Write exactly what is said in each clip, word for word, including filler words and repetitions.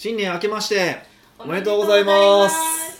新年明けましておめでとうございます。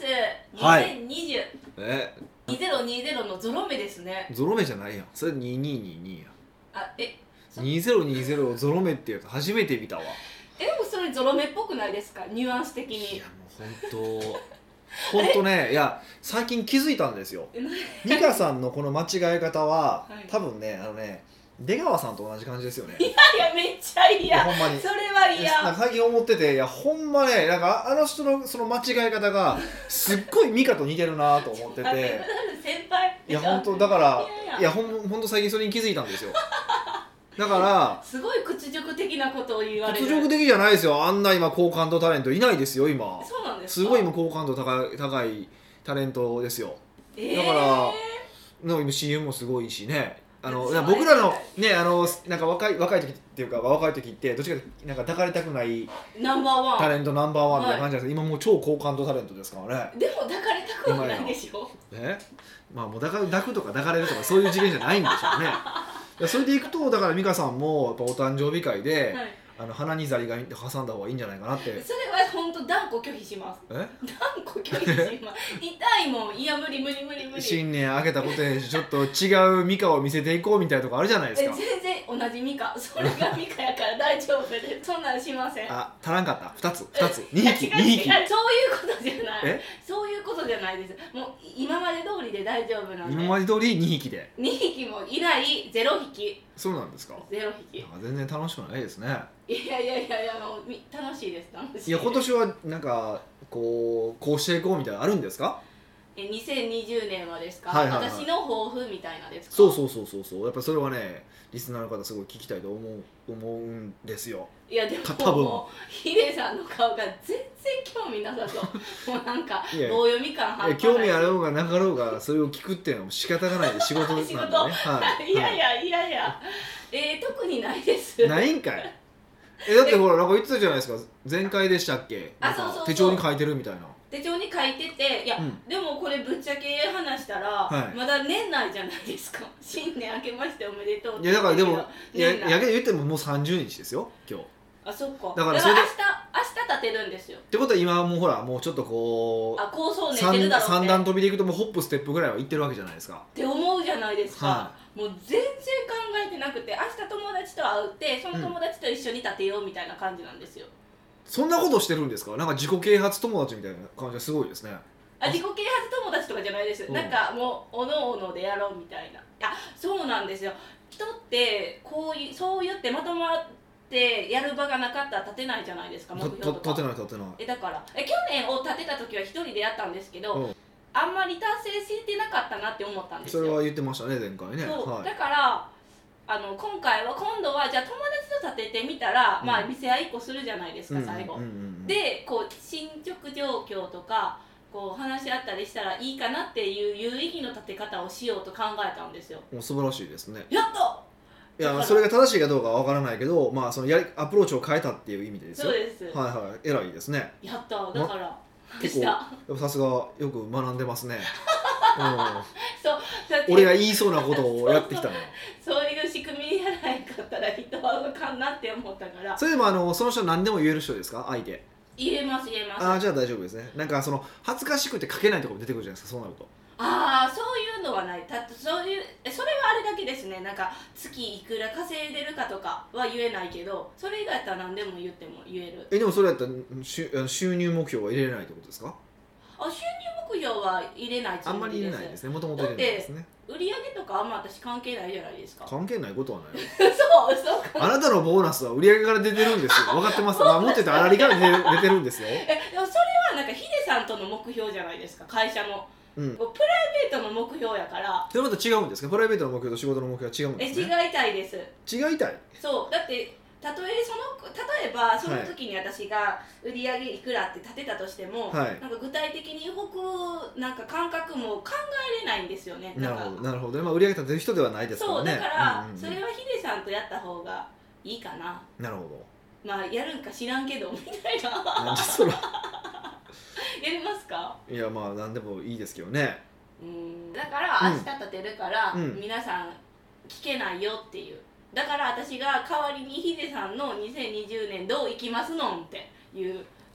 はい。にせんにじゅう。 え、 にせんにじゅうのゾロ目ですね。 ゾロ目じゃないやん。それにせんにじゅうにや。 あ、え、 にせんにじゅうをゾロ目ってやつ初めて見たわ。 え、でもそれゾロ目っぽくないですか？ニュアンス的に。 いやもう本当本当ね、いや最近気づいたんですよ。美香さんのこの間違え方は、はい、多分ねあのね。出川さんと同じ感じですよね。 いやいやめっちゃ嫌。ほんまに。それは嫌。 なんか最近思ってて、いやほんまね、なんかあの人のその間違え方がすっごい美香と似てるなと思ってて。 先輩。 いや本当だからいやほん本当最近それに気づいたんですよ。だからすごい屈辱的なことを言われる。 屈辱的じゃないですよ。あんな今好感度タレントいないですよ今。 そうなんですか。 すごい今好感度高い高いタレントですよ。えー、だからの シーエム もすごいしね。あの僕らのねあのなんか若い若い時っていうか若い時ってどっちかなんか抱かれたくないナンバーワンタレントナンバーワンみたいな感じなんですけど、はい、今もう超好感度タレントですからね。 でも抱かれたくはないでしょ。 えまあもう抱か抱くとか抱かれるとかそういう次元じゃないんでしょうね。それでいくとだから美香さんもやっぱお誕生日会で、はい、あの鼻にザリガニって挟んだ方がいいんじゃないかなって。それは本当断固拒否します。え断固拒否します。痛いもん。いや無理無理無理無理。 新年明けたことでちょっと違う美香を見せていこうみたいなとこあるじゃないですか。 え全然同じ美香。それが美香やから大丈夫でそんなんしません。 あ足らんかったふたつふたつにひきにひき。 そういうことじゃない。えそういうことじゃないです。もう今まで通りで大丈夫なんで。 今まで通りにひきで。 にひきもいないゼロひき。 そうなんですか。 ゼロひき。 全然楽しくないですね。 いやいやいやいやもう楽しいです楽しい。 いや今年はなんかこうこうしていこうみたいなのあるんですか？ えにせんにじゅうねんはですか、 はいはいはい、 私の抱負みたいなですか？ そうそうそうそうそうやっぱそれはねリスナーの方すごい聞きたいと思う思うんですよ。 いやでももうヒデさんの顔が全然興味なさそうもうなんか棒読み感半端ない。 興味あろうがなかろうがそれを聞くっていうのは仕方がないで仕事なんでね。 はい、いやいやいやいや、えー、特にないです。 ないんかい。えだってほらなんか言ってたじゃないですか前回でしたっけ？ あそうそうそう手帳に書いてるみたいな。 手帳に書いてていや、うん、でもこれぶっちゃけ話したら、はい、まだ年内じゃないですか。新年明けましておめでとうって。 いやだからでもいややけど言ってももうさんじゅうにちですよ今日。 あそっか。 だからそれで明日明日立てるんですよ。 ってことは今もうほらもうちょっとこうあ構想練ってるだろうね。 三段跳びでいくともうホップステップぐらいはいってるわけじゃないですか。 って思うじゃないですか。はい、もう全然考えてなくて明日友達と会ってその友達と一緒に立てようみたいな感じなんですよ。うんそんなことしてるんですか？なんか自己啓発友達みたいな感じがすごいですね。 あ自己啓発友達とかじゃないです、うん、なんかもうおのおのでやろうみたいな。あそうなんですよ。人ってこういうそう言ってまとまってやる場がなかったら立てないじゃないですか。目標とか立てない立てない。 えだからえ去年を立てた時は一人でやったんですけど、うん、あんまり達成してなかったなって思ったんですよ。 それは言ってましたね前回ね。 そう、 はい、 だからあの今回は今度はじゃあ友達と立ててみたら、うん、まあ見せ合いっこするじゃないですか最後、でこう進捗状況とかこう話し合ったりしたらいいかなっていう有意義の立て方をしようと考えたんですよ。 もう素晴らしいですね。 やったいやそれが正しいかどうかは分からないけど、まあ、そのやりアプローチを変えたっていう意味でですよ。 そうです。 はいはい偉いですね。 やっただから、ま、 結構さすがよく学んでますね。うん、 そう俺が言いそうなことをやってきたの。 そういう仕組みにやらないかったら人は動かんなって思ったから。 それでもあのその人何でも言える人ですか相手？ 言えます言えます。 ああじゃあ大丈夫ですね。なんかその恥ずかしくて書けないところ出てくるじゃないですかそうなると。 ああそういうのはない。たそういうそれはあれだけですね。なんか月いくら稼いでるかとかは言えないけどそれ以外やったら何でも言っても言える。 えでもそれやったら収入目標は入れれないってことですか？ あ収入目標は入れないつもりです。 あんまり入れないですね。もともと入れないですね。 売り上げとかあんま私関係ないじゃないですか。 関係ないことはないよ。 そうそうあなたのボーナスは売り上げから出てるんですよ。分かってます。まあ、もっと言うとあらりから出てる、出てるんですよ。 えでもそれはなんかヒデさんとの目標じゃないですか会社の、うん、プライベートの目標やから。 それまた違うんですか？プライベートの目標と仕事の目標は違うんですね。 え違いたいです。 違いたい。 そうだってたとえその例えばその時に私が売り上げいくらって立てたとしても、はい、なんか具体的に動くなんか感覚も考えれないんですよね。 なるほどなるほど、まあ、売り上げ立てる人ではないですからね。 そうだから、うんうんうん、それはヒデさんとやった方がいいかな。 なるほど。 まあやるんか知らんけどみたいな。 なんでそれやりますか？ いやまあ何でもいいですけどね。 うんだから明日立てるから、うん、皆さん聞けないよっていう。だから私が代わりにヒデさんのにせんにじゅうねんどう生きますのんっていう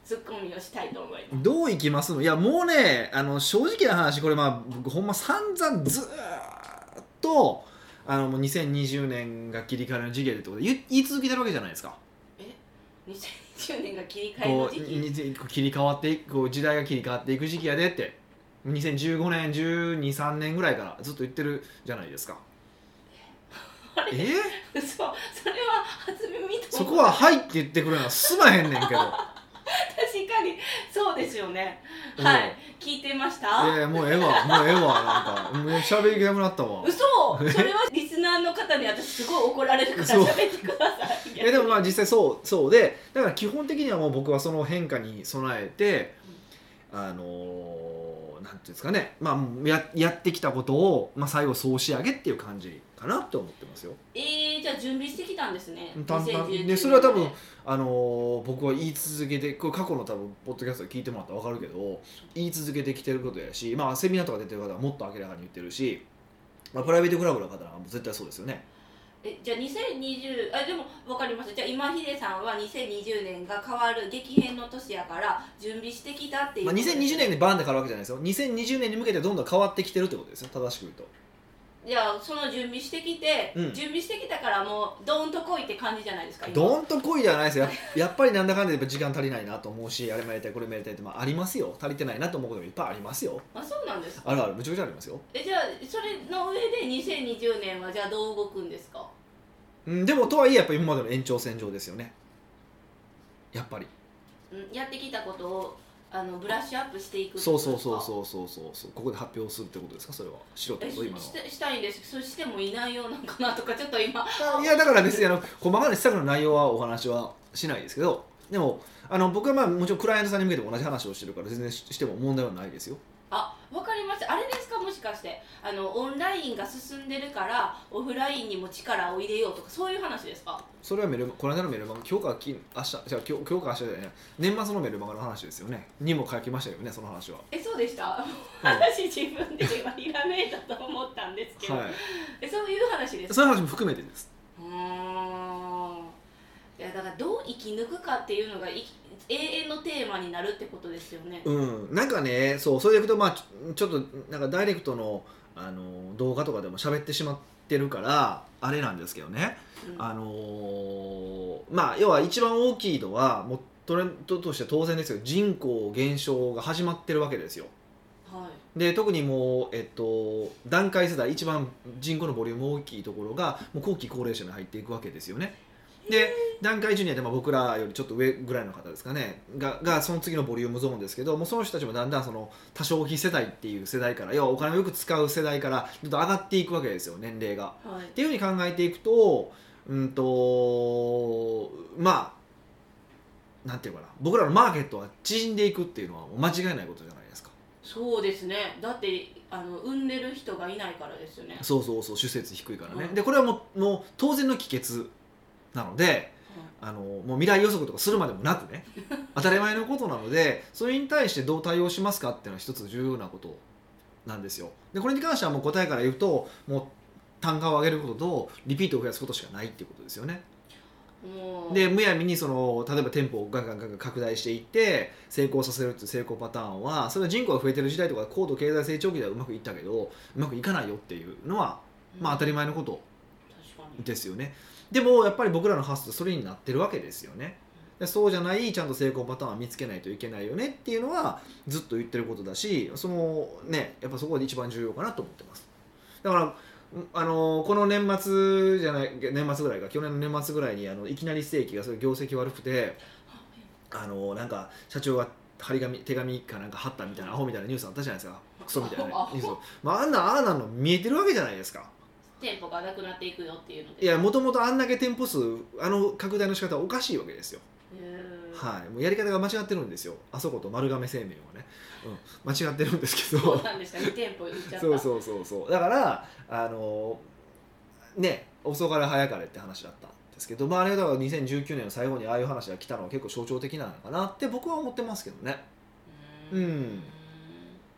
ツッコミをしたいと思います。 どういきますの？いやもうね、あの正直な話、これまあ僕ほんま散々ずーっとあのもうにせんにじゅうねんが切り替えの時期でってことで言い言い続けてるわけじゃないですか。 えにせんにじゅうねんが切り替えの時期、 こう切り替わっていく、こう時代が切り替わっていく時期やでってにせんじゅうごねんじゅうに、さんねんぐらいからずっと言ってるじゃないですか。 あれえ嘘、それは初耳とそこは「はい」って言ってくれるのはすまへんねんけど。 確かにそうですよね、 うん、 はい聞いてました。 いやもうええわもうええわ、なんかもう喋り気なくなったわ。 嘘、それはリスナーの方に私すごい怒られるから喋ってください。 えでもまあ実際そうそうで、だから基本的にはもう僕はその変化に備えて、うん、あのー、なんていうんですかね、まあ や, やってきたことを、まあ、最後総仕上げっていう感じかなって思ってますよ。 えー、じゃあ準備してきたんですね。 たんたんでそれは多分、あのー、僕は言い続けて、これ過去の多分ポッドキャストで聞いてもらったら分かるけど、言い続けてきてることやし、まあセミナーとか出てる方はもっと明らかに言ってるし、まあ、プライベートクラブの方は絶対そうですよね。 えじゃあにせんにじゅうあでも分かりました。じゃあ今ヒデさんはにせんにじゅうねんが変わる激変の年やから準備してきたっていう、 まあ、にせんにじゅうねんにバーンって変わるわけじゃないですよ。にせんにじゅうねんに向けてどんどん変わってきてるってことですよ、正しく言うと。 じゃあその準備してきて、うん、準備してきたからもうドーンと来いって感じじゃないですか。 ドーンと来いではないですよ。 や, やっぱりなんだかんだやっぱ時間足りないなと思うし、あれもやりたいこれもやりたいって、まあ、ありますよ。足りてないなと思うこともいっぱいありますよ。 あ、そうなんですか。 あるある、むちゃくちゃありますよ。 えじゃあそれの上でにせんにじゅうねんはじゃあどう動くんですか。 うん、でもとはいえやっぱり今までの延長線上ですよね、やっぱり。 うん、やってきたことをあのブラッシュアップしていくってそうことですか。 そうそうそうそうそう、ここで発表するってことですか、それは。しろってこと今のは。 し, したいんです。そしてもいないようなんかなとかちょっと今。 いやだから別にあの細かな施策の内容はお話はしないですけど、でもあの僕はまあもちろんクライアントさんに向けて同じ話をしてるから全然しても問題はないですよ。 あ、わかりました。あれですか、もしかしてあのオンラインが進んでるからオフラインにも力を入れようとかそういう話ですか。 それはメルこの間のメルマガ、今日か明日、じゃあ今日今日か明日じゃない、年末のメルマガの話ですよね。にも書きましたよね、その話は。 え、そうでした。話自分で今ひらめいたと思ったんですけど、はい、えそういう話ですか。 そういう話も含めてです。 うーん、いやだからどう生き抜くかっていうのが永遠のテーマになるってことですよね。 うん、なんかね、そうそれでいくと、まあちょっとなんかダイレクトのあの動画とかでも喋ってしまってるからあれなんですけどね、うん、あのー、まあ要は一番大きいのはもうトレンドとして当然ですよ、人口減少が始まってるわけですよ。 はい、 で特にもう、えっと、団塊世代一番人口のボリューム大きいところがもう後期高齢者に入っていくわけですよね。で団塊ジュニアでまあ僕らよりちょっと上ぐらいの方ですかね が, がその次のボリュームゾーンですけども、その人たちもだんだんその多消費世代っていう世代から、要はお金をよく使う世代からちょっと上がっていくわけですよ、年齢が。 はい、 っていうふうに考えていくと、うんとまあなんていうかな、僕らのマーケットは縮んでいくっていうのは間違いないことじゃないですか。 そうですね。だってあの産んでる人がいないからですよね。 そうそうそう、出生率低いからね、 うん、 でこれはもう、もう当然の帰結なので、あのもう未来予測とかするまでもなくね当たり前のことなので、それに対してどう対応しますかっていうのは一つ重要なことなんですよ。でこれに関してはもう答えから言うと、もう単価を上げることとリピートを増やすことしかないっていうことですよね。でむやみにその例えば店舗をガンガンガンガン拡大していって成功させるっていう成功パターンは、それは人口が増えてる時代とか高度経済成長期ではうまくいったけどうまくいかないよっていうのは、まあ、当たり前のことですよね。でもやっぱり僕らの発想はそれになってるわけですよね。でそうじゃないちゃんと成功パターンは見つけないといけないよねっていうのはずっと言ってることだし、そのねやっぱそこが一番重要かなと思ってます。だからあのこの年末じゃない年末ぐらいか去年の年末ぐらいにあのいきなりステーキがそれ業績悪くて、あのなんか社長が張り紙手紙かなんか貼ったみたいなアホみたいなニュースあったじゃないですか。クソみたいなニュース、まあ、あんなああなの見えてるわけじゃないですか。 店舗がなくなっていくよっていうので、 いやもともとあんだけ店舗数あの拡大の仕方はおかしいわけですよ。はい、もうやり方が間違ってるんですよ。あそこと丸亀製麺はね、うん、間違ってるんですけど。 そうなんですか、に店舗売っちゃった。 そうそうそうそう。だからあのね遅かれ早かれって話だったんですけど、まああれはだからにせんじゅうきゅうねんの最後にああいう話が来たのは結構象徴的なのかなって僕は思ってますけどね。うん。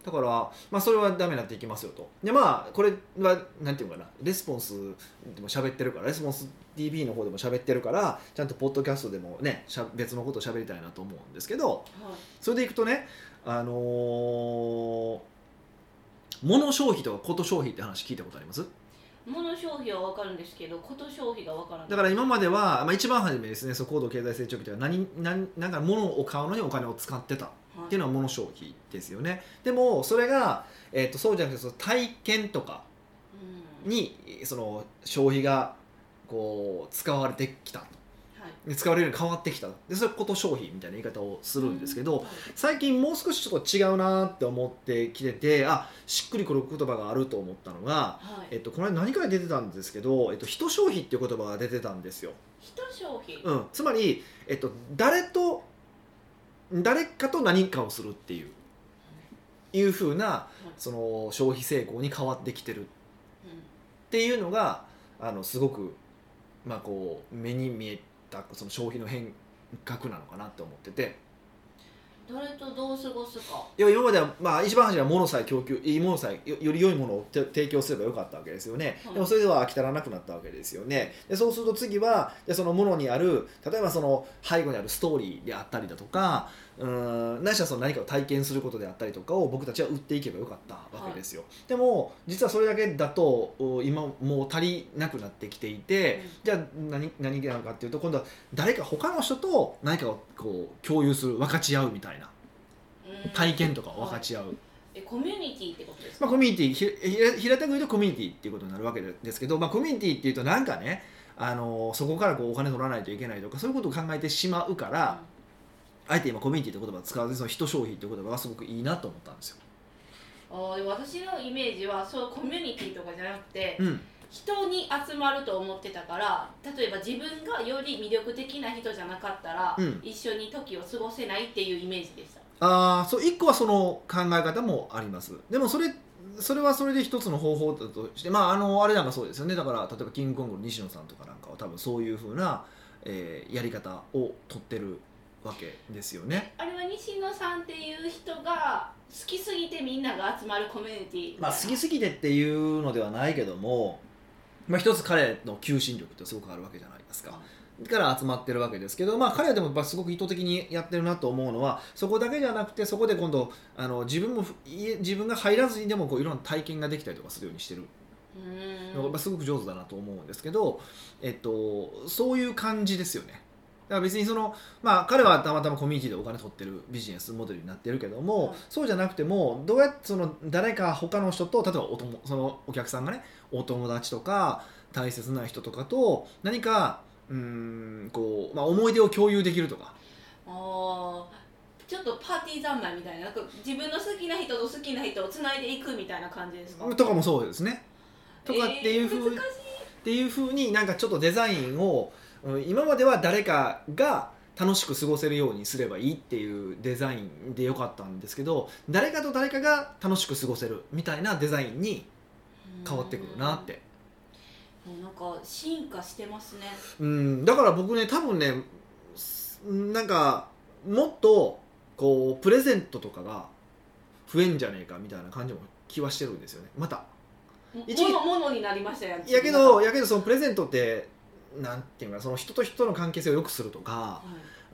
だから、まあ、それはダメになっていきますよと。でまあこれはなんていうかな、レスポンスでも喋ってるからレスポンス ティービー の方でも喋ってるからちゃんとポッドキャストでもねしゃ別のことを喋りたいなと思うんですけど、はい、それでいくとねあのー、物消費とかこと消費って話聞いたことあります？ 物消費は分かるんですけどこと消費が分からない。 だから今までは、まあ、一番初めですね、その高度経済成長期では何何なんか物を買うのにお金を使ってたっていうのは物消費ですよね。でもそれが、えー、とそうじゃなくてその体験とかに、うん、その消費がこう使われてきたと、はい、使われるように変わってきたで、それこと消費みたいな言い方をするんですけど、うんはい、最近もう少しちょっと違うなって思ってきてて、あしっくりくる言葉があると思ったのが、はいえっと、この間何から出てたんですけど、えっと、人消費っていう言葉が出てたんですよ。 人消費、 うん、つまり、えっと、誰と誰かと何かをするっていう、うん、いう風なその消費成功に変わってきてるっていうのがあのすごく、まあ、こう目に見えたその消費の変革なのかなって思ってて、 誰とどう過ごすか。 いや今までは、まあ、一番初めは物さえ供給いいものさえ よ, より良いものを提供すればよかったわけですよね、はい、でもそれでは飽き足らなくなったわけですよね。でそうすると次はでその物にある例えばその背後にあるストーリーであったりだとか、うーんないしはその何かを体験することであったりとかを僕たちは売っていけばよかったわけですよ、はい、でも実はそれだけだと今もう足りなくなってきていて、うん、じゃあ 何, 何なのかっていうと今度は誰か他の人と何かをこう共有する分かち合うみたいな体験とかを分かち合う、はい、 えコミュニティってことですか？ まあ、コミュニティひひ平たく言うとコミュニティっていうことになるわけですけど、まあ、コミュニティっていうとなんかねあのそこからこうお金取らないといけないとかそういうことを考えてしまうから、うん、あえて今コミュニティって言葉を使わずにその人消費っていう言葉がすごくいいなと思ったんですよ。 あで私のイメージはそうコミュニティとかじゃなくて、 うん、 人に集まると思ってたから、例えば自分がより魅力的な人じゃなかったら、うん、一緒に時を過ごせないっていうイメージでした。 あそう一個はその考え方もあります。でもそれそれはそれで一つの方法だとして、まああのあれなんかそうですよね。だから例えばキングコングの西野さんとかなんかは多分そういう風な、えー、やり方を取ってるわけですよね。 あれは西野さんっていう人が好きすぎてみんなが集まるコミュニティ。 まあ好きすぎてっていうのではないけども、まあ一つ彼の求心力ってすごくあるわけじゃないですか。うんから集まってるわけですけど、まあ、彼はでもやっぱすごく意図的にやってるなと思うのはそこだけじゃなくてそこで今度あの自分も自分が入らずにでもこういろんな体験ができたりとかするようにしてるのがすごく上手だなと思うんですけど、えっと、そういう感じですよね。だから別にその、まあ、彼はたまたまコミュニティでお金取ってるビジネスモデルになってるけども、はい、そうじゃなくてもどうやってその誰か他の人と例えばおともそのお客さんがねお友達とか大切な人とかと何かうーんこうまあ、思い出を共有できるとかあちょっとパーティー三昧みたい な, なんか自分の好きな人と好きな人をつないでいくみたいな感じですかとかもそうですねとかっていうふう、 えー、 っていうふうになんかちょっとデザインを、うん、今までは誰かが楽しく過ごせるようにすればいいっていうデザインでよかったんですけど誰かと誰かが楽しく過ごせるみたいなデザインに変わってくるなってなんか進化してますね。 うんだから僕ね多分ねなんかもっとこうプレゼントとかが増えんじゃねえかみたいな感じも気はしてるんですよね。またものになりましたよね。 やけどやけどそのプレゼントってなんていうかその人と人の関係性を良くするとか、はい、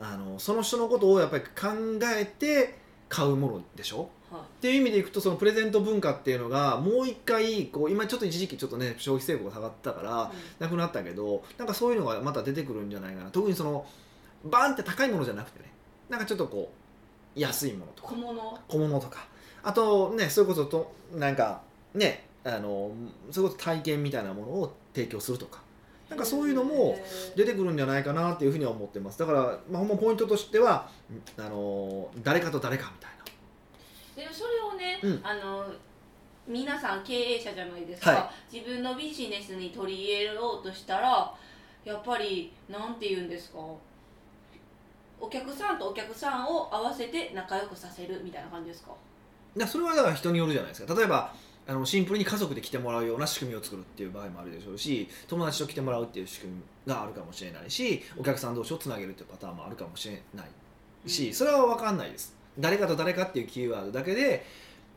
あのその人のことをやっぱり考えて買うものでしょ。はい、っていう意味でいくとそのプレゼント文化っていうのがもう一回こう今ちょっと一時期ちょっとね消費成功が下がったからなくなったけど、なんかそういうのがまた出てくるんじゃないかな。特にそのバーンって高いものじゃなくてねなんかちょっとこう安いものとか小物小物とかあとねそれこそとなんかねあのそれこそ体験みたいなものを提供するとかなんかそういうのも出てくるんじゃないかなっていうふうには思ってます。だから、まあ、ほんまポイントとしてはあの誰かと誰かみたいなでそれをね、うん、あの皆さん経営者じゃないですか、はい、自分のビジネスに取り入れようとしたらやっぱりなんて言うんですかお客さんとお客さんを合わせて仲良くさせるみたいな感じですか。 いやそれはだから人によるじゃないですか。例えばあのシンプルに家族で来てもらうような仕組みを作るっていう場合もあるでしょうし友達と来てもらうっていう仕組みがあるかもしれないしお客さん同士をつなげるっていうパターンもあるかもしれないし、うん、それは分かんないです。誰かと誰かっていうキーワードだけで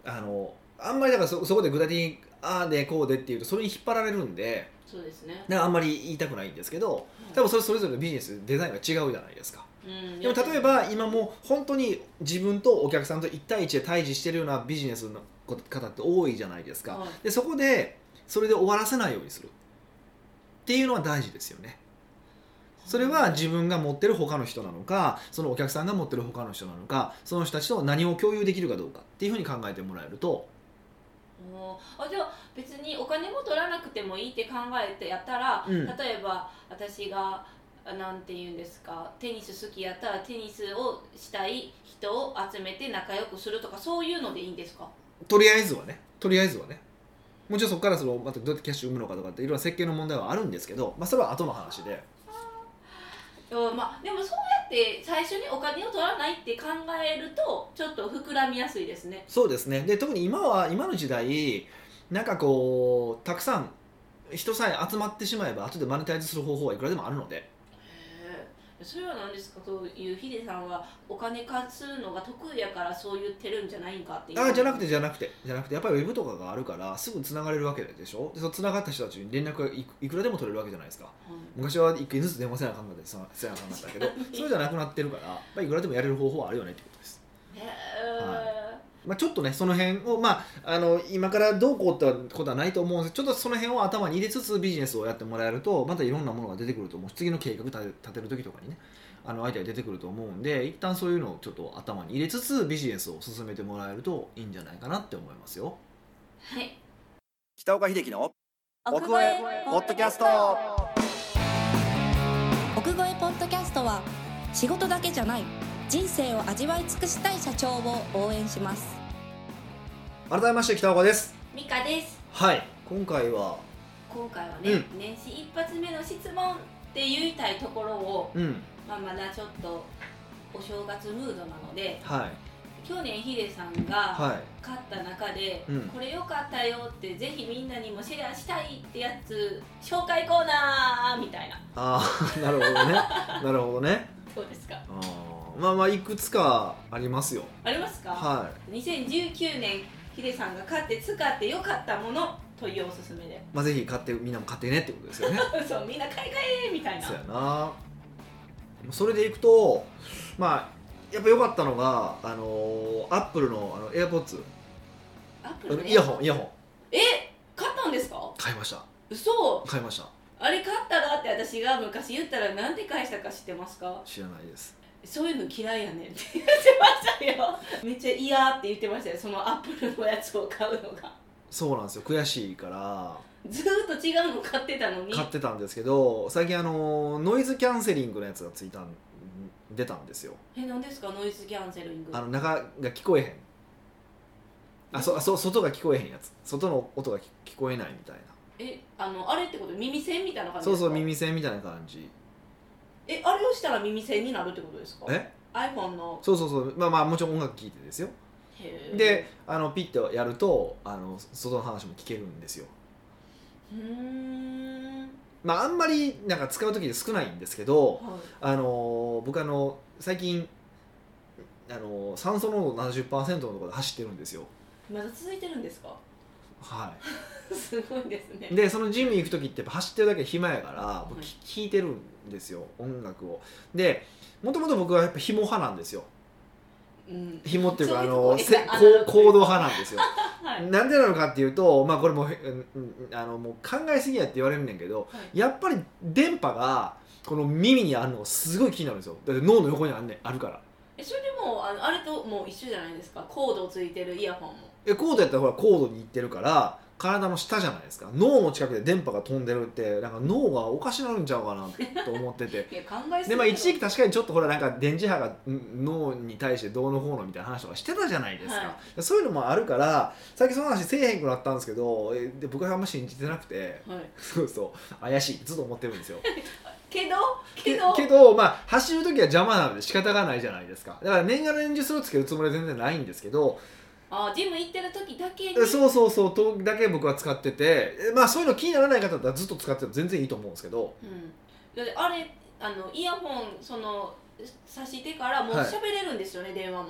あのあんまりだから そ, そこで具体的にああでこうでっていうとそれに引っ張られるんで、 そうですね、 だからあんまり言いたくないんですけど、 うん、 多分それそれぞれのビジネスデザインが違うじゃないですか、 うん、 でも例えば今もう本当に自分とお客さんといち対いちで対峙してるようなビジネスの方って多いじゃないですか、 はい、 でそこでそれで終わらせないようにするっていうのは大事ですよね。それは自分が持ってる他の人なのか、そのお客さんが持ってる他の人なのか、その人たちと何を共有できるかどうかっていうふうに考えてもらえると、 あ、じゃあ別にお金も取らなくてもいいって考えてやったら、うん、例えば私がなんて言うんですか、テニス好きやったらテニスをしたい人を集めて仲良くするとか、そういうのでいいんですか？とりあえずはねとりあえずはねもちろんそこからそのまたどうやってキャッシュを生むのかとかっていろんな設計の問題はあるんですけど、まあ、それは後の話で、 うん、まあ、でもそうやって最初にお金を取らないって考えるとちょっと膨らみやすいですね。 そうですね。で特に今は今の時代なんかこうたくさん人さえ集まってしまえば後でマネタイズする方法はいくらでもあるので。へえ、それは何ですか？そういうヒデさんはお金稼ぐのが得意やからそう言ってるんじゃないんかっていう。 あ、じゃなくてじゃなくてじゃなくてやっぱりウェブとかがあるからすぐつながれるわけでしょ。でそのつながった人たちに連絡が い, いくらでも取れるわけじゃないですか、うん、昔はいっかいずつ電話せなあかんかったせなあかんかったけどそれじゃなくなってるからやっぱりいくらでもやれる方法はあるよねってことです。へえ、はい、まあ、ちょっとねその辺を、まあ、あの今からどうこうってことはないと思うんですけど、ちょっとその辺を頭に入れつつビジネスをやってもらえるとまたいろんなものが出てくると思う。次の計画立て、立てる時とかにねあのアイデア出てくると思うんで、一旦そういうのをちょっと頭に入れつつビジネスを進めてもらえるといいんじゃないかなって思いますよ。 はい。 北岡秀樹の奥越えポッドキャスト。 奥越えポッドキャストは仕事だけじゃない人生を味わい尽くしたい社長を応援します。 改めまして北岡です。 美香です。 はい、今回は今回はね、うん、年始一発目の質問って言いたいところを、うん、まあ、まだちょっとお正月ムードなので、はい、去年ヒデさんが買った中で、はい、うん、これ良かったよってぜひみんなにもシェアしたいってやつ紹介コーナーみたいな。 ああ、なるほどねなるほどね。 どうですか？ あ、まあまあいくつかありますよ。 ありますか？ はい。 にせんじゅうきゅうねんヒデさんが買って使って良かったものというおすすめで、 まあ、ぜひ買ってみんなも買ってねってことですよねそう、みんな買い替えみたいな。 そうやな。それでいくと、まあやっぱ良かったのがあのー、アップルのあの AirPods、 アップルのイヤホンイヤホン。 え、買ったんですか？ 買いました。 嘘。 買いました。 あれ買ったらって私が昔言ったらなんで返したか知ってますか？ 知らないです。 そういうの嫌いやねんって言ってましたよ。めっちゃ嫌って言ってましたよ、そのアップルのやつを買うのが。 そうなんですよ、悔しいからずっと違うの買ってたのに。 買ってたんですけど、最近あのノイズキャンセリングのやつがついたん出たんですよ。 え、何ですかノイズキャンセリング？ あの中が聞こえへん、あそそ外が聞こえへんやつ、外の音が聞こえないみたいな。 え、あのあれってこと？耳栓みたいな感じですか？ ですか？ そうそう、耳栓みたいな感じ。 え、あれをしたら耳栓になるってことですか？ え iPhone の。 そうそうそう、まあまあもちろん音楽聴いてですよ。であのピッてやるとあの外の話も聞けるんですよ。うーん、まああんまりなんか使う時で少ないんですけど、はい、あの僕あの最近あの酸素濃度 ななじゅっパーセント のところで走ってるんですよ。 まだ続いてるんですか？ はいすごいですね。 でそのジム行く時ってやっぱ走ってるだけ暇やから僕聴いてるんですよ、音楽を。でもともと僕はやっぱ紐派なんですよ。うん、紐っていうかあの行動派なんですよ、はい、なんでなのかっていうと、まあこれもあのもう考えすぎやって言われるんだけど、はい、やっぱり電波がこの耳にあるのがすごい気になるんですよ。だって脳の横にある、ね、あるから。 え、それでもあのあれともう一緒じゃないですか？コードついてるイヤホンも。 え、コードやったらほらコードに行ってるから体の下じゃないですか。脳の近くで電波が飛んでるってなんか脳がおかしなるんちゃうかなと思ってていや考えすぎで、まあ、一時期確かにちょっとほらなんか電磁波が脳に対してどうのこうのみたいな話とかしてたじゃないですか、はい、そういうのもあるから最近その話せえへんくなったんですけど、えで僕はあんま信じてなくて、はい、そうそう怪しいってずっと思ってるんですよけどけどけどまあ走る時は邪魔なので仕方がないじゃないですか。だから年がら年中それをつけるつもりは全然ないんですけど、 あ、ジム行ってる時だけにそうそうそうとだけ僕は使ってて、まあそういうの気にならない方だったらずっと使っても全然いいと思うんですけど、 うん、だってあれあのイヤホンその挿してからもう喋れるんですよね、はい、電話も。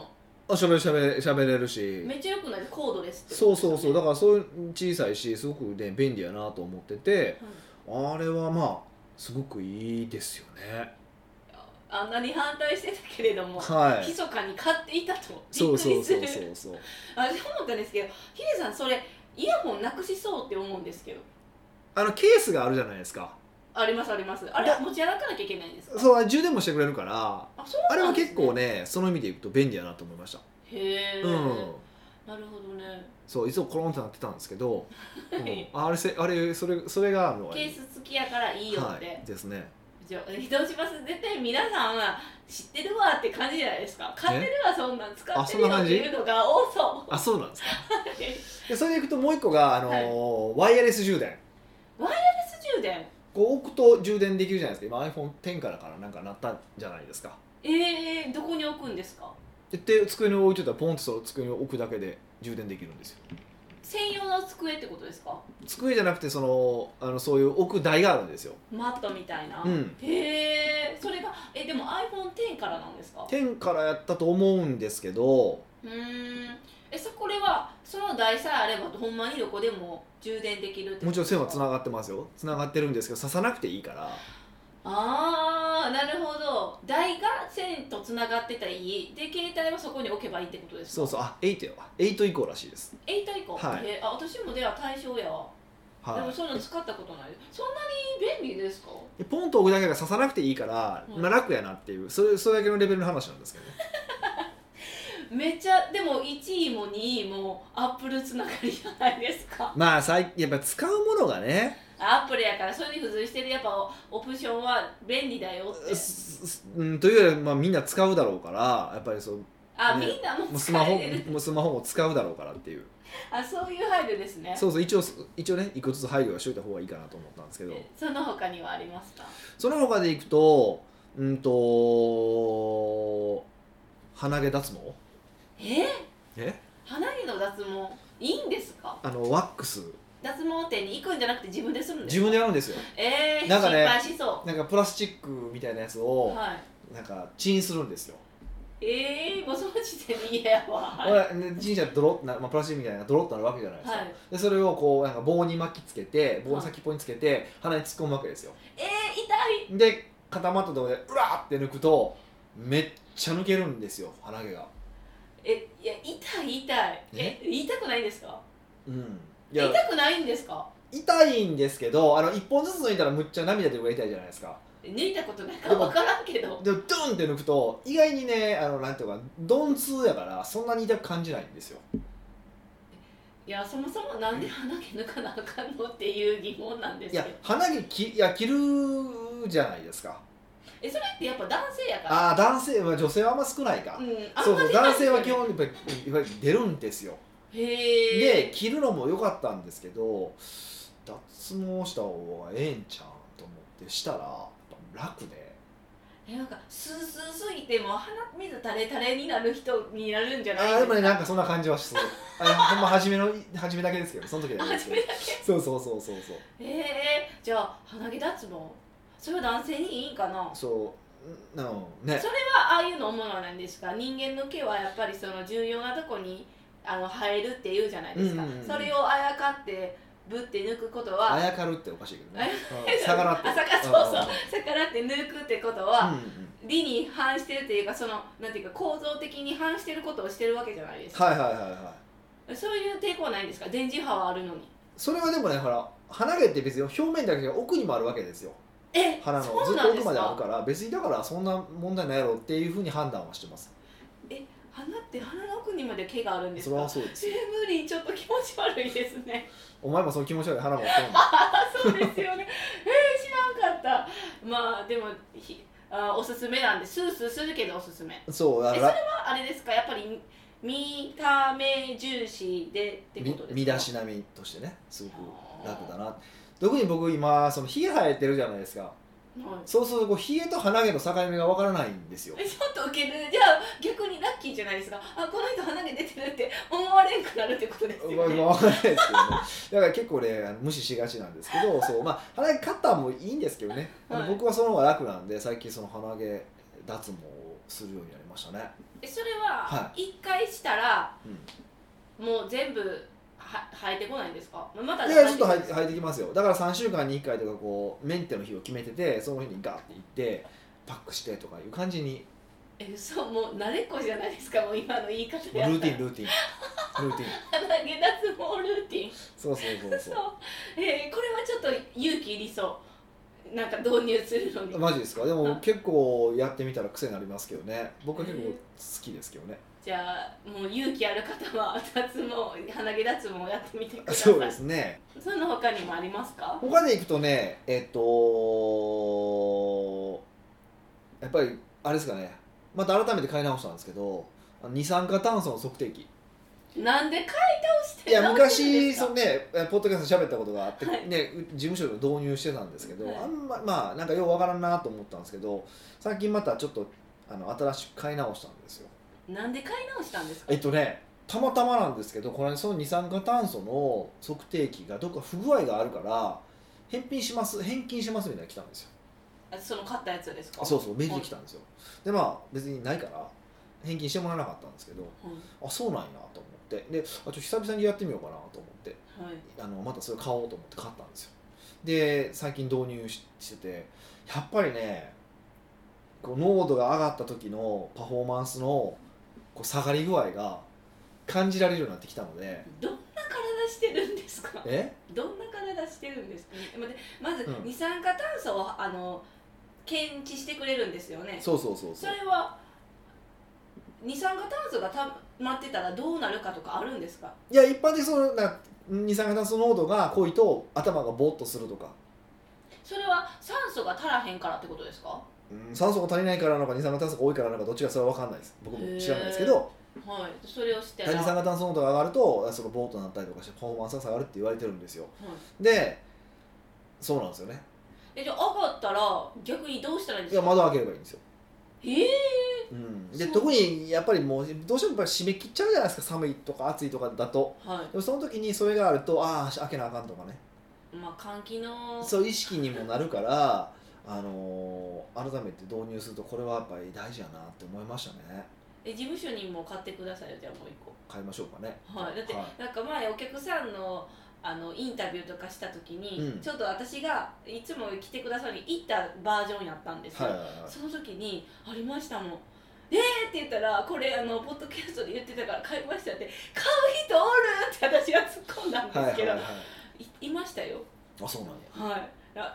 あしゃべしゃべしゃべれるしめっちゃよくないコードレスって、ね、 そうそうそうだからそういう小さいしすごくね便利やなと思ってて、はい、あれはまあすごくいいですよね。 あんなに反対してたけれども、 はい、 密かに買っていたとそうそうそうそうそうあれ思ったんですけどヒデさんそれイヤホンなくしそうって思うんですけどあのケースがあるじゃないですか。 ありますありますあれ持ち歩かなきゃいけないんですか。 そう充電もしてくれるからあ, そうあれはです、ね、 結構ねその意味でいくと便利やなと思いました。 へえ、 うん、 なるほどね。 そういつもコロンってなってたんですけど、 うん、 あれせあれそれそれがあのケース付きやからいいよって、はい、 ですね。 じゃあどうします。絶対皆さんは知ってるわって感じじゃないですか。買ってるわそんなん使ってるよっていうのが多そう。 あそうなんですかでそれでいくともう一個が、あのーはい、ワイヤレス充電。 ワイヤレス充電こう置くと充電できるじゃないですか。今 アイフォンテン からからなんかなったんじゃないですか。 えー、どこに置くんですか。 で机に置いてたらポンとその机に置くだけで充電できるんですよ。 専用の机ってことですか。 机じゃなくてそのあのそういう置く台があるんですよ。 マットみたいな、 うん、 へえそれがえでも アイフォンテン からなんですか。 テンからやったと思うんですけどうーんえそこれはその台さえあればほんまにどこでも充電できるってことですか。 もちろん線はつながってますよ。つながってるんですけど刺さなくていいから。 あーなるほど台が線とつながってたらいいで携帯はそこに置けばいいってことですか。 そうそうあはちやわはち以降らしいです。 はち以降、 はい、 えあ私もでは対象やわ、はい、でもそんなの使ったことない。そんなに便利ですか。 ポンと置くだけが刺さなくていいから、うん、まあ楽やなっていうそれそれだけのレベルの話なんですけどねめっちゃでもいちいもにいもアップルつながりじゃないですか。 まあ最やっぱ使うものがねアップルやからそれに付随してるやっぱオプションは便利だよって、 うん、というよりまあみんな使うだろうからやっぱりそうあ、 ね、 みんなもスマホもスマホも使うだろうからっていうあそういう配慮ですね。 そうそう一応一応ね一個ずつ配慮はしといた方がいいかなと思ったんですけどその他にはありますか。 その他でいくとうんと鼻毛脱毛ええ鼻毛の脱毛いいんですか。 あのワックス脱毛店に行くんじゃなくて自分でするんですか。 自分でやるんですよ。 えー、 なんかね、 失敗しそう。 なんかプラスチックみたいなやつを、 はい、 なんかチンするんですよ。 えー、もうその時点で嫌やわ。 はい、チンしたらドロッな、まあ、プラスチックみたいなドロッとなるわけじゃないですか、はい、でそれをこうなんか棒に巻きつけて棒の先っぽにつけて、はい、鼻に突っ込むわけですよ。 えー、痛い。で固まったところでうわーって抜くとめっちゃ抜けるんですよ鼻毛が。 えいや痛い痛いえ痛くないですか。 うんいや痛くないんですか。 痛いんですけどあのいっぽんずつ抜いたらむっちゃ涙出るぐらい痛いじゃないですか。 抜いたことないから分からんけどでもドゥンって抜くと意外にねあのなんていうか鈍痛やからそんなに痛く感じないんですよ。 いやそもそもなんで鼻毛抜かなあかんのっていう疑問なんですけど。 いや鼻毛きいや切るじゃないですか。 えそれってやっぱ男性やから。 ああ男性は女性はあんま少ないか、 うん、 そうそう男性は基本やっぱり出るんですよ。 へで切るのも良かったんですけど脱毛した方がええんちゃうと思ってしたら楽でえなんかスースーすぎても鼻水垂れ垂れになる人になるんじゃないですか。 あでもねなんかそんな感じはするあほんま初めの初めだけですけどその時だけですけど初めだけそうそうそうそうそうえー、じゃあ鼻毛脱毛それは男性にいいんかな。 そうなのね。 それはああいうのものなんですか。人間の毛はやっぱりその重要なとこにあの生えるって言うじゃないですか、うんうんうん、それをあやかってぶって抜くことはあやかるっておかしいけどね逆らってあ逆そうそう逆らって抜くってことは、うんうん、理に反してるっていうかそのなんていうか構造的に反してることをしてるわけじゃないですか。 はいはいはいはいそういう抵抗はないんですか。電磁波はあるのに。 それはでもねほら鼻毛って別に表面だけじゃ奥にもあるわけですよ。 え鼻のずっと奥まであるから別にだからそんな問題ないやろっていうふうに判断はしてます。 え鼻って鼻の奥にまで毛があるんですか。 それはそうです。 え無理ちょっと気持ち悪いですね。 お前もその気持ち悪い鼻持ってんの。 あそうですよね。えー、知らんかった。まあでもひあおすすめなんでスースーするけどおすすめ。 そうだからえそれはあれですかやっぱり見た目重視でってことですか。 身だしなみとしてねすごく楽だな。特に僕今そのひげ生えてるじゃないですか。はい、そうするとこうひげと鼻毛の境目がわからないんですよ。 えちょっとウケる。じゃあ逆にラッキーじゃないですか。あこの人鼻毛出てるって思われんくなるってことですよね。 わからないですけどね。だから結構ね無視しがちなんですけどそうまあ鼻毛カッターもいいんですけどね、はい、僕はその方が楽なんで最近その鼻毛脱毛をするようになりましたね。 えそれはいっかいしたら、 うん、 もう全部は生えてこないんですか？またいやちょっと生えて生えてきますよ。だからさんしゅうかんにいっかいとかこうメンテの日を決めてて、その日にガーって行ってパックしてとかいう感じに。 えそうもう慣れっこじゃないですか、もう今の言い方やったらルーティンルーティンルーティン鼻毛脱毛ルーティンそうそうそうそうそう、えー、これはちょっと勇気いりそう、なんか導入するのに。 マジですか？でも結構やってみたら癖になりますけどね。僕は結構好きですけどね。 じゃあもう勇気ある方は脱毛鼻毛脱毛やってみてください。 そうですね。 その他にもありますか？ 他でいくとね、えっとやっぱりあれですかね、また改めて買い直したんですけど、二酸化炭素の測定器。 なんで買い倒していや直してるんですか？ 昔そのねポッドキャストで喋ったことがあって、 はいね、事務所で導入してたんですけど、 はい、 あんままあなんかようわからんなと思ったんですけど、最近またちょっとあの新しく買い直したんですよ。 なんで買い直したんですか？ えっとねたまたまなんですけど、このその二酸化炭素の測定器がどっか不具合があるから返品します返金しますみたいなの来たんですよ。 その買ったやつですか？ そうそうメールで来たんですよ。でまあ別にないから返金してもらわなかったんですけど、 はい、 あそうなんやと思ってであちょっと久々にやってみようかなと思って、 はい、 あのまたそれ買おうと思って買ったんですよ。で最近導入ししててやっぱりねこう濃度が上がった時のパフォーマンスのこう下がり具合が感じられるようになってきたので。 どんな体してるんですか？ えどんな体してるんですか？まず、 うん、 二酸化炭素をあの検知してくれるんですよね。 そうそうそうそう。 それは二酸化炭素がたまってたらどうなるかとかあるんですか？ いや一般的にそのな二酸化炭素濃度が濃いと頭がボーッとするとか、 それは酸素が足らへんからってことですか？ うん、酸素が足りないからなのか二酸化炭素が多いからなのかどっちかそれは分かんないです。僕も知らないですけど、 はい、それをして二酸化炭素濃度が上がるとそのボーッとなったりとかしてパフォーマンスが下がるって言われてるんですよ。 はい、 でそうなんですよね。 えじゃあ上がったら逆にどうしたらいいんですか？ いや窓開ければいいんですよ。 へえ、 うん、で特にやっぱりもうどうしてもやっぱり締め切っちゃうじゃないですか、寒いとか暑いとかだと。 はい、 でもその時にそれがあるとああ開けなあかんとかね、 まあ換気のそういう意識にもなるから、あのー、改めて導入するとこれはやっぱり大事やなって思いましたね。 え事務所にも買ってくださいよ、じゃあもう一個買いましょうかね。 はい、だって、 はい、 なんか前お客さんのあのインタビューとかした時に、 うん、 ちょっと私がいつも来てくださるに行ったバージョンやったんですよ、 はいはいはい、 その時にありましたもん。えーって言ったら、これあのポッドキャストで言ってたから買いましたって、買う人おるって私が突っ込んだんですけど、はいはいはい、い, いましたよ。 あ、そうなんや。 はい、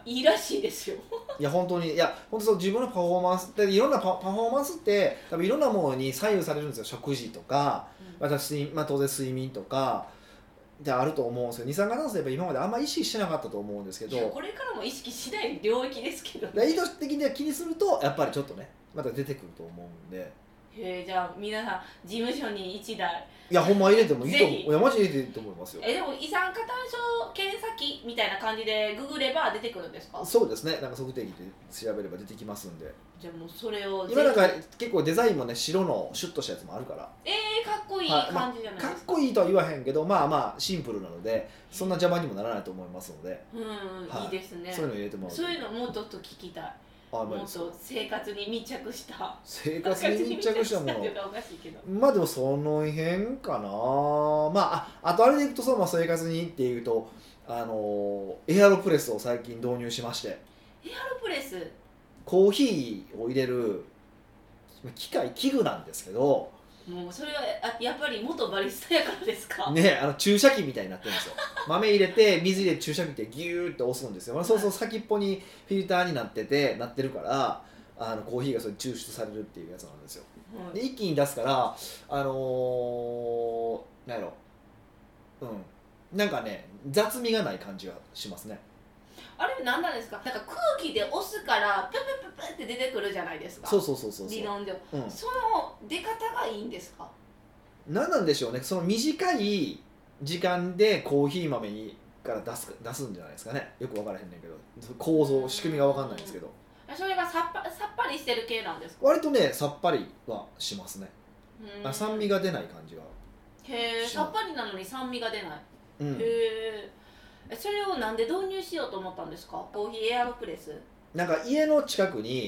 いいらしいですよ。 いや本当に、いや本当そう、自分のパフォーマンスっていろんな パ, パフォーマンスって多分いろんなものに左右されるんですよ。食事とか、うん、私、まあ、当然睡眠とかであると思うんですけど、二酸化炭素やっぱ今まであんまり意識してなかったと思うんですけど、 これからも意識しない領域ですけどね、意図的には気にするとやっぱりちょっとねまた出てくると思うんで。 へえ、じゃあ皆さん事務所にいちだい、 いやほんま入れてもいいと思う。いやマジ入れていいと思いますよ。 えでも二酸化炭素検査機みたいな感じでググれば出てくるんですか？ そうですね、なんか測定器で調べれば出てきますんで。 じゃあもうそれを今なんか結構デザインもね白のシュッとしたやつもあるから、 えー、かっこいい感じじゃないですか、 はい、まあ、かっこいいとは言わへんけど、まあまあシンプルなのでそんな邪魔にもならないと思いますので、 うん、はい、いいですね。 そういうの入れてもらう。 そういうのもうちょっと聞きたい。 あ、 もっと生活に密着した生活に密着したものまあでもその辺かな。まあ あ, あとあれでいくと、そのまあ生活にっていうと、あのエアロプレスを最近導入しまして。 エアロプレス、 コーヒーを入れる機械器具なんですけど、 もうそれはやっぱり元バリスタやからですかね、あの注射器みたいになってるんですよ。豆入れて水入れて注射器ってギューって押すんですよ。そうそう、先っぽにフィルターになっててなってるから、あのコーヒーがそれ抽出されるっていうやつなんですよ。はい、で一気に出すからあのー、なんやろ、うんなんかね雑味がない感じがしますね。 あれ何なんですか？なんか空気で押すからププププって出てくるじゃないですか。 そうそうそうそう、 理論で、うん、その出方がいいんですか？ 何なんでしょうね。その短い時間でコーヒー豆にから出す出すんじゃないですかね。よく分からへんねんけど、構造仕組みが分かんないんですけど、 それがさっぱさっぱりしてる系なんですか？ 割とねさっぱりはしますね。あ、酸味が出ない感じが。 へえ、さっぱりなのに酸味が出ない、うん、へえ。それをなんで導入しようと思ったんですか？コーヒーエアロプレス。 なんか家の近くに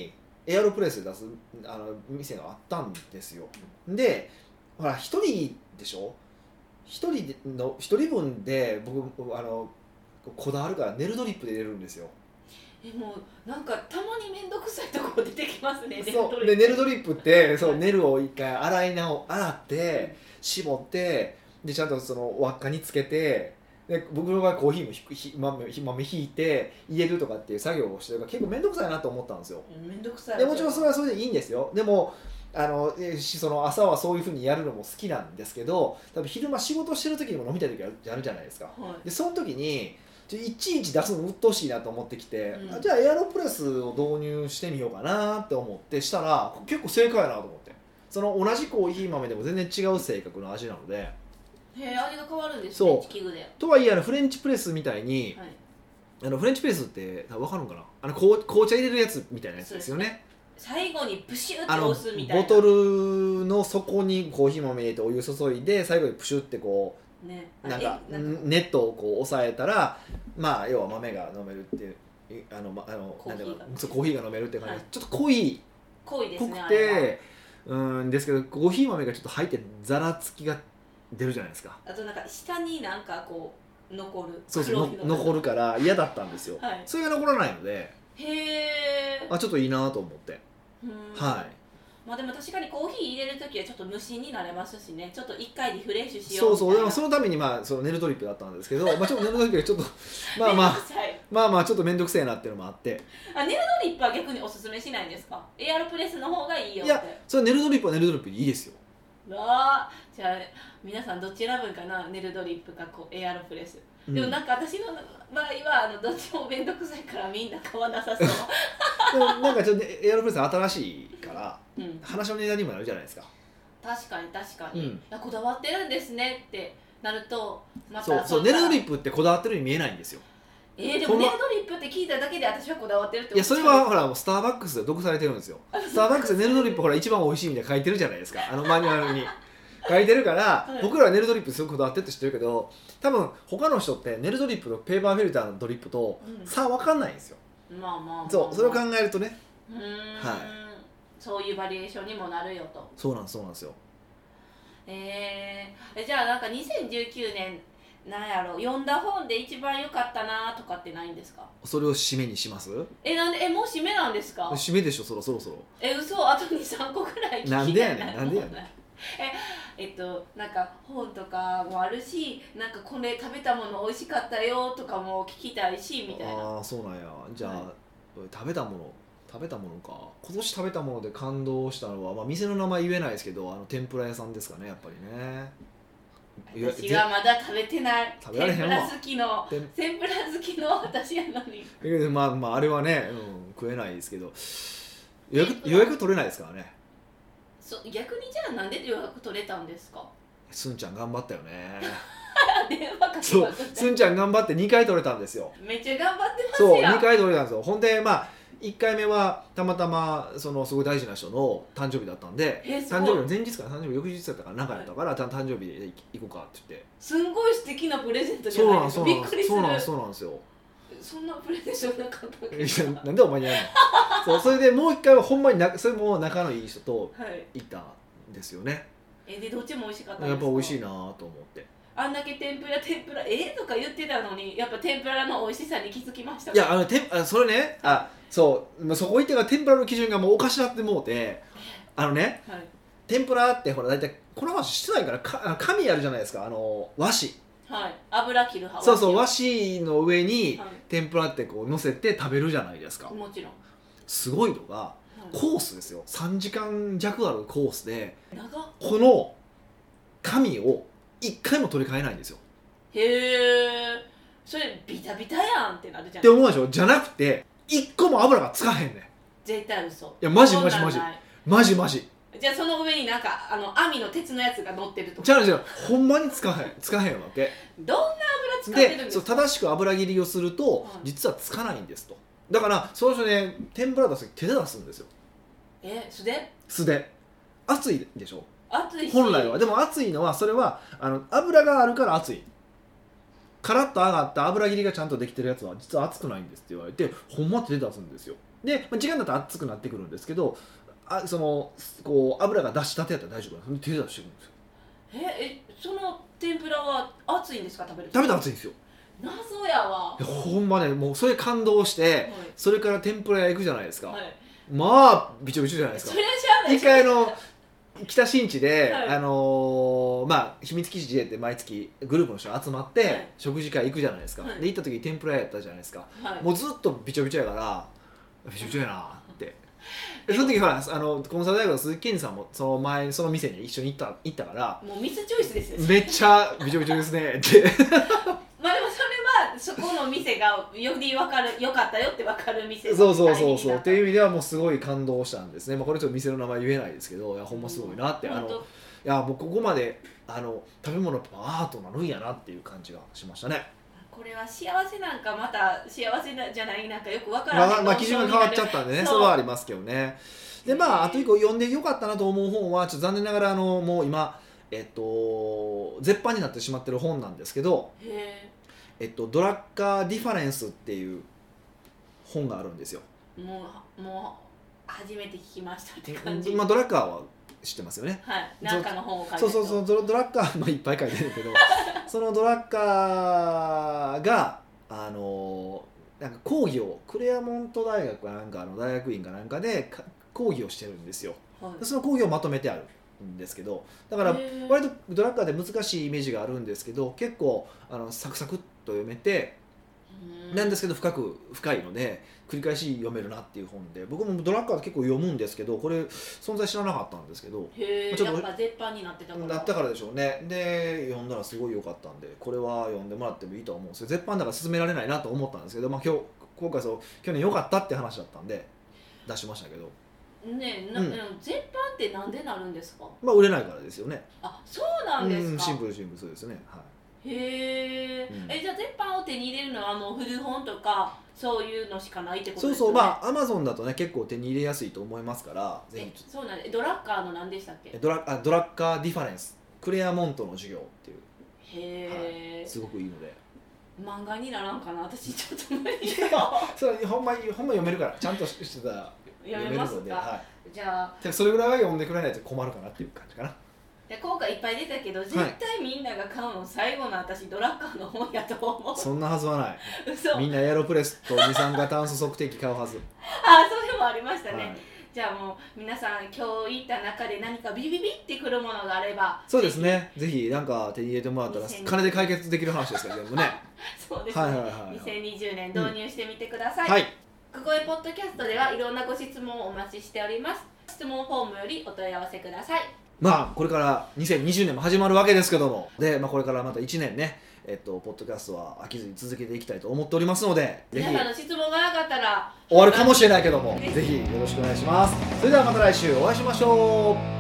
エアロプレスで出すあの店があったんですよ。でほらひとりでしょ、ひとりのひとりぶんで僕あのこだわるからネルドリップで入れるんですよ。 えもうなんかたまに面倒くさいところ出てきますね。 そうでネルドリップってそうネルを一回洗い直洗って絞ってでちゃんとその輪っかにつけてで僕の場合コーヒーもひひ豆豆ひいて入れるとかっていう作業をしてるから結構面倒くさいなと思ったんですよ。 面倒くさいでもちろんそれはそれでいいんですよ。でもあのその朝はそういうふうにやるのも好きなんですけど多分昼間仕事してる時にも飲みたい時あるじゃないですか、 はい、 でその時にいちいち出すの鬱陶しいなと思ってきて、うん、じゃあエアロプレスを導入してみようかなって思ってしたら結構正解やなと思って、その同じコーヒー豆でも全然違う性格の味なので、 へえ味が変わるんですね、器具で。 とはいえあのフレンチプレスみたいに、はい、あのフレンチプレスって分かるのかな、あの紅茶入れるやつみたいなやつですよね。 最後にプシュって押すみたいな。 ボトルの底にコーヒー豆入れてお湯注いで最後にプシュってこう、ね、なんかネットをこう押さえたらまあ要は豆が飲めるっていうあのあのコーヒーがなんコーヒーが飲めるっていう感じで、はい、ちょっと濃い濃いですね濃くてうんですけどコーヒー豆がちょっと入ってザラつきが出るじゃないですか。 あとなんか下になんかこう残るそうそうの残るから嫌だったんですよ、はい、それが残らないのでへえあちょっといいなと思ってはい。 まあでも確かにコーヒー入れるときはちょっと無心になれますしね、ちょっと一回リフレッシュしようみたいな。 そうそう、でもそのためにまあそのネルドリップだったんですけど、まあちょっとネルドリップがちょっとまあまあまあまあちょっと面倒くせえなっていうのもあって。 あ、ネルドリップは逆におすすめしないんですか？エアロプレスの方がいいよって。 いや、それネルドリップはネルドリップでいいですよ。 わあ、じゃあ皆さんどっち選ぶんかな、ネルドリップかこうエアロプレス。でもなんか私の場合はあのどっちも面倒くさいからみんな買わなさそう。 でもなんかちょっとエアロプレス新しいから、うん、話の値段にもなるじゃないですか。 確かに確かに、うん、いやこだわってるんですねってなるとまたそうそうネルドリップってこだわってるように見えないんですよ。 えー、でもネルドリップって聞いただけで私はこだわってるっていやそれはほらスターバックスで毒されてるんですよ。スターバックスでネルドリップほら一番美味しいみたいな書いてるじゃないですか、あのマニュアルに書いてるから、はい、僕らはネルドリップすごくこだわってるって知ってるけど多分他の人ってネルドリップのペーパーフィルターのドリップと差分かんないんですよ、 うん、まあまあまあ、まあ、 そうそれを考えるとねうーん、はい、そういうバリエーションにもなるよと。 そうなんですそうなんですよ。 えー、じゃあなんかにせんじゅうきゅうねんなんやろ読んだ本で一番良かったなとかってないんですか？ それを締めにします？ えなんでえもう締めなんですか？ 締めでしょそろそろそろ。 え嘘あとにさんこくらい聞きたいなんでやねんなんでやねんええっとなんか本とかもあるしなんかこれ食べたもの美味しかったよとかも聞きたいしみたいな。 ああそうなんや。じゃあ、はい、食べたもの食べたものか今年食べたもので感動したのは、まあ、店の名前言えないですけどあの天ぷら屋さんですかねやっぱりね。 私はまだ食べてない。食べられへんわ。天ぷら好きの天ぷら好きの私やのに。 まあまああれはね、うん、食えないですけど予約予約取れないですからね。 そ逆にじゃあなんで予約取れたんですか？ すんちゃん頑張ったよね。 電話かけますそうすんちゃん頑張ってにかい取れたんですよ。 めっちゃ頑張ってますよ。 そうにかい取れたんですよ。ほんでまあいっかいめはたまたまそのすごい大事な人の誕生日だったんで誕生日の前日から誕生日翌日だったから中やったから、はい、誕生日で行こうかって言ってすんごい素敵なプレゼントじゃないですか。びっくりする。 そうなんですそうなんですよ。 そんなプレゼントなかったっけ？ なんでお前にやるの？そうそれでもう一回はほんまになそれも仲のいい人と行ったんですよね、はい、 えでどっちも美味しかったんですか？ やっぱ美味しいなと思ってあんだけ天ぷら天ぷらえー、とか言ってたのにやっぱ天ぷらの美味しさに気づきましたか？ いやあのてあそれねあそうそこ行ってから天ぷらの基準がもうおかしなってもうてあのね、はい、天ぷらってほら大体この話してないからか紙あるじゃないですかあの和紙はい油切る派そうそう和紙の上に天ぷらってこう乗せて食べるじゃないですか。 もちろんすごいのが、はい、コースですよさんじかん弱あるコースでこの紙をいっかいも取り替えないんですよ。 へえそれビタビタやんってなるじゃないって思うでしょ。じゃなくていっこも油がつかへんねん。 絶対嘘。 いやマジマジマジマジマジ。 じゃあその上になんかあの網の鉄のやつが乗ってるとかじゃあじゃあほんまにつかへんつかへんわけ。 どんな油使ってるんですか？ でそう正しく油切りをすると、はい、実はつかないんですと。だからその人ね天ぷら出す時手で出すんですよ。 え素手？ 素手。熱いでしょ。 熱いし本来は。でも熱いのはそれはあの油があるから熱い。カラッと揚がった油切りがちゃんとできてるやつは実は熱くないんですって言われてほんま手で出すんですよ。 で、まあ、時間だと熱くなってくるんですけど、あそのこう油が出したてやったら大丈夫なんです。手で出してくるんですよ。 ええその天ぷらは熱いんですか？食べる食べたら熱いんですよ。 謎やわ。 いやほんまね、もうそれ感動して、はい、それから天ぷら屋行くじゃないですか、はい、まあびちょびちょじゃないですか。 それはしゃあない。 一回あの北新地で、はい、あのー、まあ秘密基地で毎月グループの人が集まって、はい、食事会行くじゃないですか、はい、で行った時天ぷら屋やったじゃないですか、はい、もうずっとびちょびちょやからびちょびちょやなってその時ほらあのコンサル大学の鈴木健二さんもその前その店に一緒に行った行ったからもうミスチョイスですね。 めっちゃびちょびちょですねってまあでもそれはそこの店がより分かる良かったよって分かる店。 そうそうそうそうっていう意味ではもうすごい感動したんですね。まあ、これちょっと店の名前言えないですけど、いやほんますごいなって、うん、あのいやもうここまであの食べ物ってアートなるんやなっていう感じがしましたね。 これは幸せなんかまた幸せじゃないなんかよく分からない、 まあ、まあ基準が変わっちゃったんでね、それはありますけどね。でまああと一個読んでよかったなと思う本はちょっと残念ながらあのもう今えっと絶版になってしまってる本なんですけど、 へえっとドラッカー・ディファレンスっていう本があるんですよ。 もうもう初めて聞きましたって感じ。 まあドラッカーは知ってますよね。 はい。なんかの本を書いてそうそうそうドラッカー、まあ、いっぱい書いてるけどそのドラッカーがあのなんか講義をクレアモント大学かなんかの大学院かなんかで講義をしてるんですよ、はい、その講義をまとめてあるんですけど、だから割とドラッカーで難しいイメージがあるんですけど結構あのサクサクっと読めてなんですけど深く深いので繰り返し読めるなっていう本で、僕もドラッカー結構読むんですけどこれ存在知らなかったんですけど、 へー、やっぱ絶版になってたからなったからでしょうね。で読んだらすごい良かったんでこれは読んでもらってもいいと思うんですよ。絶版だから勧められないなと思ったんですけど、まあ、今日今回そう去年良かったって話だったんで出しましたけどねえ、な、うん、絶版ってなんでなるんですか？ まあ売れないからですよね。 あ、そうなんですか。うん、 シンプルシンプルそうですね。はい。 へえ、うん、えじゃあ絶版を手に入れるのはもう古本とかそういうのしかないってことですよね。 そうそう、まあアマゾンだとね結構手に入れやすいと思いますからぜひ。 そうなんでドラッカーの何でしたっけ？ ドラあドラッカーディファレンスクレアモントの授業っていう。 へえ、 はい、すごくいいので。 漫画にならんかな、私ちょっと無理よ。 それほんまほんま読めるからちゃんとしてたら読めますか？はい、じゃあそれぐらいは読んでくれないと困るかなっていう感じかな。 で今回いっぱい出たけど絶対みんなが買うの最後の私ドラッカーの本やと思う。 そんなはずはない。 嘘。 みんなエアロプレスと二酸化炭素測定器買うはず。 ああ、それもありましたね、はい、じゃあもう皆さん今日言った中で何かビビビってくるものがあればそうですね、ぜひなんか手に入れてもらったら金で解決できる話ですから全部ね。 そうですね、はいはいはいはい、にせんにじゅうねん導入してみてください、うん、 はい。 くこえポッドキャストではいろんなご質問をお待ちしております。質問フォームよりお問い合わせください。 まあこれからにせんにじゅうねんも始まるわけですけども、で、まあ、これからまたいちねんね、えっと、ポッドキャストは飽きずに続けていきたいと思っておりますので、ぜひ皆さんの質問がなかったら終わるかもしれないけどもぜひよろしくお願いします。それではまた来週お会いしましょう。